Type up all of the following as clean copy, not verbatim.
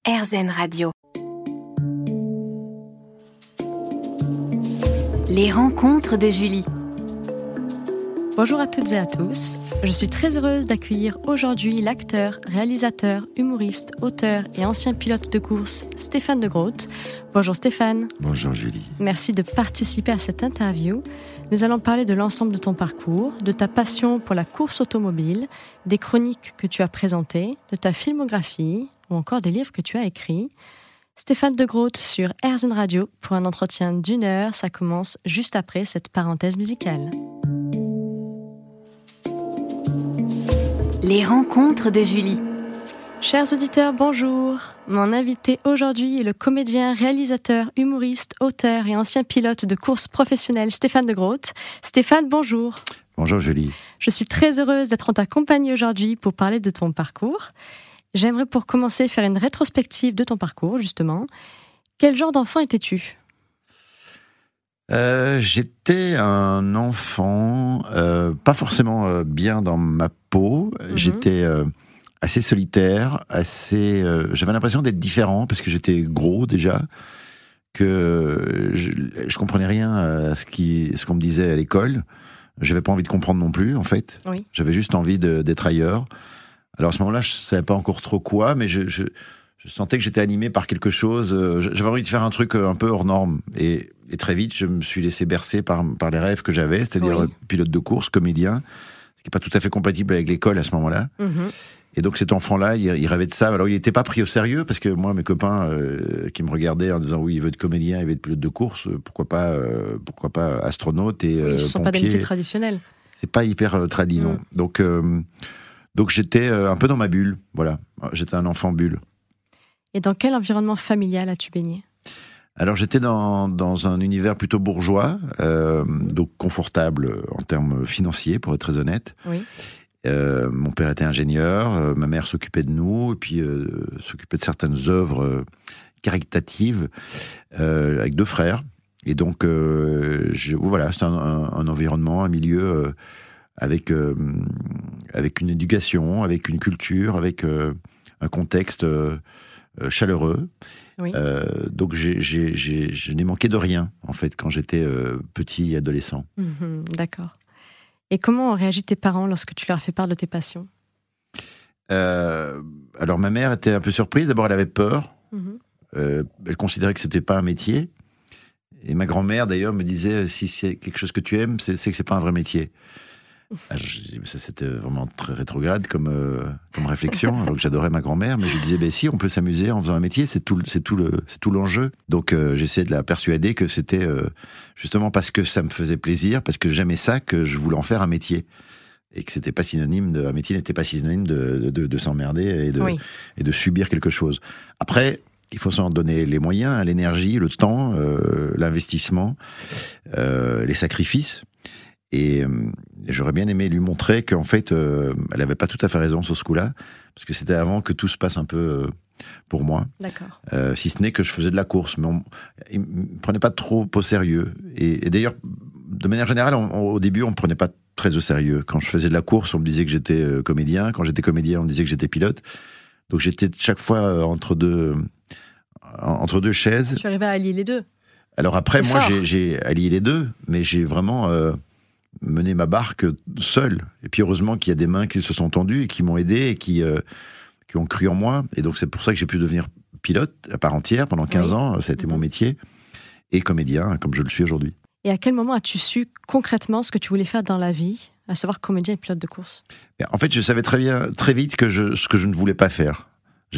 RZN Radio. Les rencontres de Julie. Bonjour à toutes et à tous. Je suis très heureuse d'accueillir aujourd'hui l'acteur, réalisateur, humoriste, auteur et ancien pilote de course Stéphane de Groot. Bonjour Stéphane. Bonjour Julie. Merci de participer à cette interview. Nous allons parler de l'ensemble de ton parcours, de ta passion pour la course automobile, des chroniques que tu as présentées, de ta filmographie ou encore des livres que tu as écrits. Stéphane de Groot sur RZN Radio pour un entretien d'1 heure. Ça commence juste après cette parenthèse musicale. Les rencontres de Julie. Chers auditeurs, bonjour. Mon invité aujourd'hui est le comédien, réalisateur, humoriste, auteur et ancien pilote de course professionnelle Stéphane de Groot. Stéphane, bonjour. Bonjour Julie. Je suis très heureuse d'être en ta compagnie aujourd'hui pour parler de ton parcours. J'aimerais pour commencer faire une rétrospective de ton parcours, justement. Quel genre d'enfant étais-tu ? J'étais un enfant pas forcément bien dans ma peau. J'étais assez solitaire, j'avais l'impression d'être différent parce que j'étais gros déjà, que je comprenais rien à ce qu'on me disait à l'école. J'avais pas envie de comprendre non plus, en fait. Oui. J'avais juste envie d'être ailleurs. Alors à ce moment-là, je savais pas encore trop quoi, mais je sentais que j'étais animé par quelque chose. J'avais envie de faire un truc un peu hors norme. Et très vite, je me suis laissé bercer par les rêves que j'avais, c'est-à-dire pilote de course, comédien, ce qui n'est pas tout à fait compatible avec l'école à ce moment-là. Et donc cet enfant-là, il rêvait de ça. Alors il n'était pas pris au sérieux, parce que moi, mes copains qui me regardaient en disant « Oui, il veut être comédien, il veut être pilote de course, pourquoi pas astronaute et Ils ne sont pas des métiers traditionnels. » C'est pas hyper tradi, non. Donc j'étais un peu dans ma bulle, voilà. J'étais un enfant bulle. Et dans quel environnement familial as-tu baigné ? Alors j'étais dans un univers plutôt bourgeois, donc confortable en termes financiers, pour être très honnête. Oui. Mon père était ingénieur, ma mère s'occupait de nous, et puis s'occupait de certaines œuvres caritatives avec 2 frères. Et donc voilà, c'était un environnement, un milieu avec une éducation, avec une culture, avec un contexte chaleureux. Oui. Donc je n'ai manqué de rien, en fait, quand j'étais petit et adolescent. D'accord. Et comment ont réagi tes parents lorsque tu leur as fait part de tes passions ? Alors ma mère était un peu surprise. D'abord, elle avait peur. Elle considérait que c'était pas un métier. Et ma grand-mère, d'ailleurs, me disait, si c'est quelque chose que tu aimes, c'est que c'est pas un vrai métier. Ça, c'était vraiment très rétrograde comme réflexion, alors que j'adorais ma grand-mère, mais je disais, si, on peut s'amuser en faisant un métier, c'est tout l'enjeu. Donc j'essayais de la persuader que c'était justement parce que ça me faisait plaisir, parce que j'aimais ça, que je voulais en faire un métier. Et que c'était pas synonyme un métier n'était pas synonyme de s'emmerder et de subir quelque chose. Après, il faut s'en donner les moyens, l'énergie, le temps, l'investissement, les sacrifices. Et j'aurais bien aimé lui montrer qu'en fait, elle avait pas tout à fait raison sur ce coup-là, parce que c'était avant que tout se passe un peu pour moi. D'accord. Si ce n'est que je faisais de la course, mais il me prenait pas trop au sérieux. Et d'ailleurs, de manière générale, au début, on me prenait pas très au sérieux. Quand je faisais de la course, on me disait que j'étais comédien. Quand j'étais comédien, on me disait que j'étais pilote. Donc j'étais chaque fois entre deux chaises. Tu arrivais à allier les deux. Alors après, C'est moi, fort. j'ai allié les deux, mais j'ai vraiment mené ma barque seul. Et puis heureusement qu'il y a des mains qui se sont tendues et qui m'ont aidé et qui ont cru en moi. Et donc c'est pour ça que j'ai pu devenir pilote à part entière pendant 15 ans. Ça a été mon métier. Et comédien, comme je le suis aujourd'hui. Et à quel moment as-tu su concrètement ce que tu voulais faire dans la vie, à savoir comédien et pilote de course ? En fait, je savais très vite ce que je ne voulais pas faire.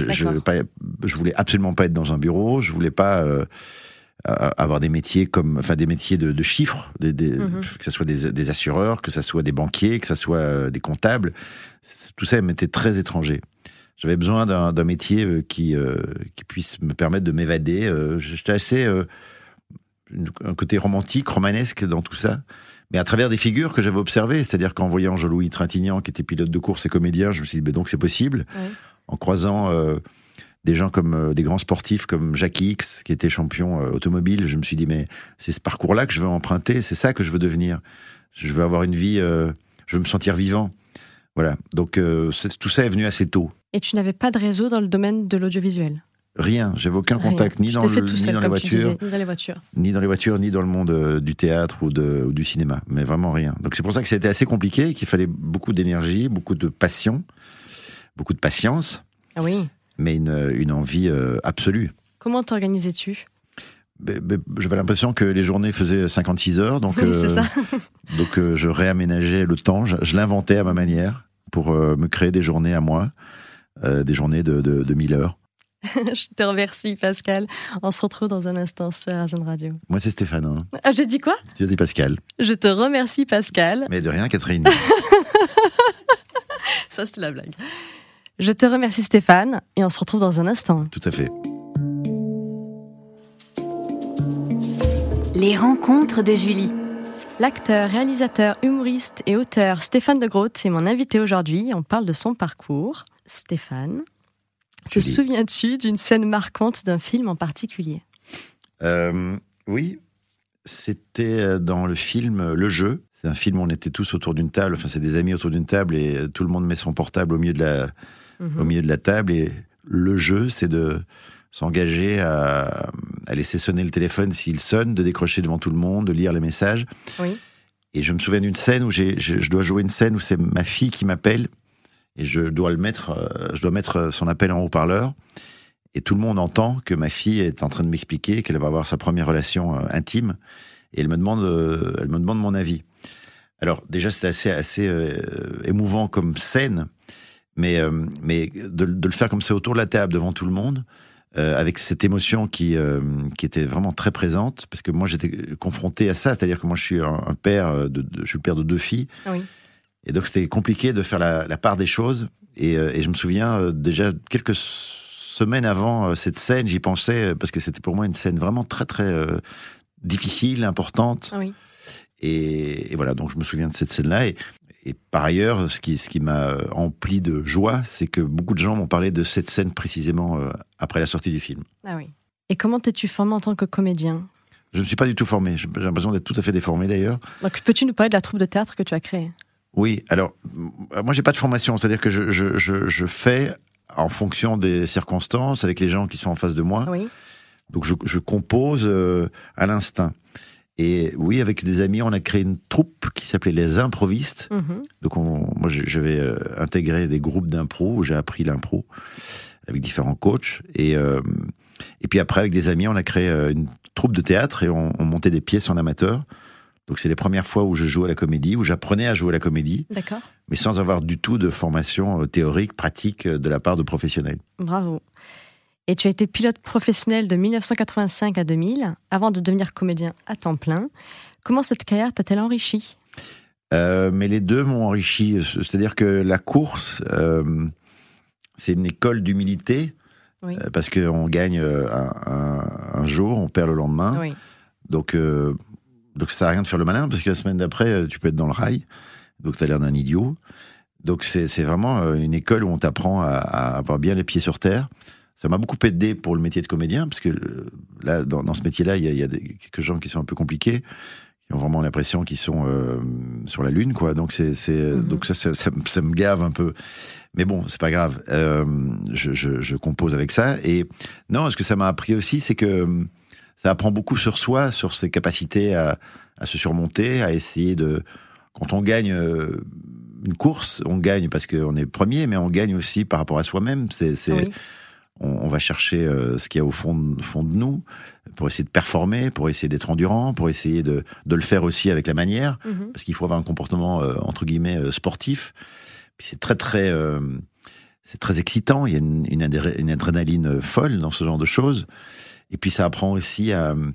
Je voulais absolument pas être dans un bureau. Je voulais pas avoir des métiers des métiers de chiffres, que ce soit des assureurs, que ce soit des banquiers, que ce soit des comptables. Tout ça m'était très étranger. J'avais besoin d'un métier qui puisse me permettre de m'évader. J'étais assez un côté romanesque dans tout ça, mais à travers des figures que j'avais observées, c'est-à-dire qu'en voyant Jean-Louis Trintignant, qui était pilote de course et comédien, je me suis dit, donc c'est possible. Oui. En croisant des gens comme des grands sportifs comme Jacques X, qui était champion automobile, je me suis dit, mais c'est ce parcours-là que je veux emprunter, c'est ça que je veux devenir. Je veux avoir une vie, je veux me sentir vivant. Voilà, donc tout ça est venu assez tôt. Et tu n'avais pas de réseau dans le domaine de l'audiovisuel ? Rien. J'avais aucun contact ni dans les voitures, ni dans le monde du théâtre ou du cinéma. Mais vraiment rien. Donc c'est pour ça que ça a été assez compliqué, qu'il fallait beaucoup d'énergie, beaucoup de passion, beaucoup de patience. Ah oui. Mais une envie absolue. Comment t'organisais-tu ? J'avais l'impression que les journées faisaient 56 heures, donc, c'est ça. donc je réaménageais le temps, je l'inventais à ma manière pour me créer des journées à moi, des journées de 1000 heures. Je te remercie Pascal. On se retrouve dans un instant sur RZN Radio. Moi c'est Stéphane. Hein. Ah, j'ai dit quoi ? Tu as dit Pascal. Je te remercie Pascal. Mais de rien Catherine. Ça c'est la blague. Je te remercie Stéphane et on se retrouve dans un instant. Tout à fait. Les rencontres de Julie. L'acteur, réalisateur, humoriste et auteur Stéphane de Groot est mon invité aujourd'hui. On parle de son parcours. Stéphane, te souviens-tu d'une scène marquante d'un film en particulier ? Oui, c'était dans le film Le Jeu. C'est un film où on était tous autour d'une table, enfin c'est des amis autour d'une table et tout le monde met son portable au milieu de la table et le jeu c'est de s'engager à laisser sonner le téléphone s'il sonne, de décrocher devant tout le monde, de lire les messages. Oui. Et je me souviens d'une scène où je dois jouer une scène où c'est ma fille qui m'appelle et je dois mettre son appel en haut-parleur et tout le monde entend que ma fille est en train de m'expliquer qu'elle va avoir sa première relation intime et elle me demande mon avis. Alors déjà c'était assez émouvant comme scène, mais de le faire comme ça autour de la table devant tout le monde. Avec cette émotion qui était vraiment très présente, parce que moi j'étais confronté à ça, c'est-à-dire que moi je suis un père, je suis le père de 2 filles, oui. Et donc c'était compliqué de faire la part des choses, et je me souviens déjà quelques semaines avant cette scène, j'y pensais, parce que c'était pour moi une scène vraiment très très difficile, importante, oui. Et voilà, donc je me souviens de cette scène-là, et par ailleurs, ce qui m'a empli de joie, c'est que beaucoup de gens m'ont parlé de cette scène précisément après la sortie du film. Ah oui. Et comment t'es-tu formé en tant que comédien ? Je ne suis pas du tout formé. J'ai l'impression d'être tout à fait déformé d'ailleurs. Donc peux-tu nous parler de la troupe de théâtre que tu as créée ? Oui. Alors moi j'ai pas de formation, c'est-à-dire que je fais en fonction des circonstances avec les gens qui sont en face de moi. Oui. Donc je compose à l'instinct. Et oui, avec des amis, on a créé une troupe qui s'appelait Les Improvistes. Donc moi, j'avais intégré des groupes d'impro où j'ai appris l'impro avec différents coachs. Et puis après, avec des amis, on a créé une troupe de théâtre et on montait des pièces en amateur. Donc c'est les premières fois où je jouais à la comédie, où j'apprenais à jouer à la comédie. D'accord. Mais sans avoir du tout de formation théorique, pratique de la part de professionnels. Bravo. Et tu as été pilote professionnel de 1985 à 2000, avant de devenir comédien à temps plein. Comment cette carrière t'a-t-elle enrichi ? Mais les deux m'ont enrichi. C'est-à-dire que la course, c'est une école d'humilité, oui. Parce qu'on gagne un jour, on perd le lendemain. Oui. Donc ça sert à rien de faire le malin, parce que la semaine d'après, tu peux être dans le rail. Donc tu as l'air d'un idiot. Donc c'est vraiment une école où on t'apprend à avoir bien les pieds sur terre. Ça m'a beaucoup aidé pour le métier de comédien, parce que là, dans ce métier-là, il y a quelques gens qui sont un peu compliqués, qui ont vraiment l'impression qu'ils sont sur la lune, quoi. Donc donc ça me gave un peu. Mais bon, c'est pas grave. Je compose avec ça. Et non, ce que ça m'a appris aussi, c'est que ça apprend beaucoup sur soi, sur ses capacités à se surmonter, à essayer de... Quand on gagne une course, on gagne parce qu'on est premier, mais on gagne aussi par rapport à soi-même. Oui. On va chercher ce qu'il y a au fond de nous pour essayer de performer, pour essayer d'être endurant, pour essayer de le faire aussi avec la manière, parce qu'il faut avoir un comportement entre guillemets sportif. Puis c'est très excitant. Il y a une adrénaline folle dans ce genre de choses. Et puis ça apprend aussi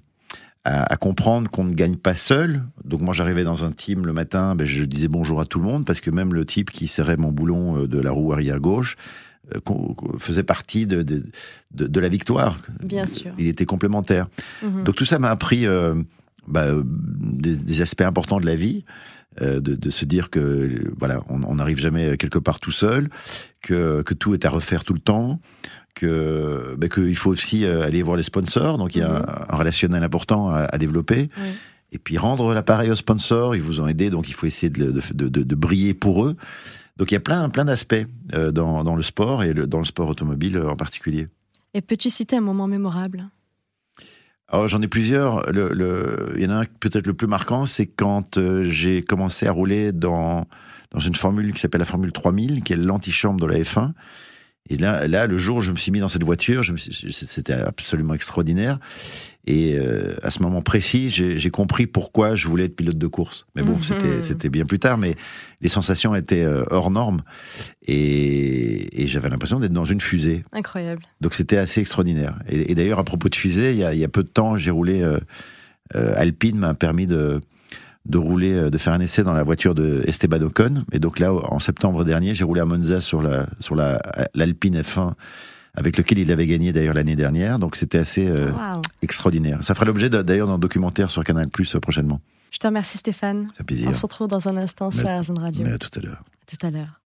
à comprendre qu'on ne gagne pas seul. Donc moi j'arrivais dans un team le matin, je disais bonjour à tout le monde, parce que même le type qui serrait mon boulon de la roue arrière gauche faisait partie de la victoire. Bien sûr. Il était complémentaire. Donc tout ça m'a appris des aspects importants de la vie, de se dire que voilà, on n'arrive jamais quelque part tout seul, que tout est à refaire tout le temps, qu'il faut aussi aller voir les sponsors. Donc il y a un relationnel important à développer. Oui. Et puis rendre l'appareil aux sponsors, ils vous ont aidé, donc il faut essayer de briller pour eux. Donc il y a plein d'aspects dans le sport, et dans le sport automobile en particulier. Et peux-tu citer un moment mémorable ? Alors, j'en ai plusieurs. Il y en a un peut-être le plus marquant, c'est quand j'ai commencé à rouler dans une formule qui s'appelle la Formule 3000, qui est l'antichambre de la F1. Et là, le jour où je me suis mis dans cette voiture, c'était absolument extraordinaire. Et à ce moment précis, j'ai compris pourquoi je voulais être pilote de course. Mais bon, c'était bien plus tard, mais les sensations étaient hors normes. Et j'avais l'impression d'être dans une fusée. Incroyable. Donc c'était assez extraordinaire. Et d'ailleurs, à propos de fusée, il y a peu de temps, j'ai roulé... Alpine m'a permis de rouler, de faire un essai dans la voiture de Esteban Ocon. Et donc là, en septembre dernier, j'ai roulé à Monza sur l'Alpine F1, avec lequel il avait gagné d'ailleurs l'année dernière. Donc c'était assez extraordinaire. Ça fera l'objet d'ailleurs d'un documentaire sur Canal+ prochainement. Je te remercie Stéphane. C'est un plaisir. On se retrouve dans un instant sur RZN Radio. Mais à tout à l'heure. À tout à l'heure.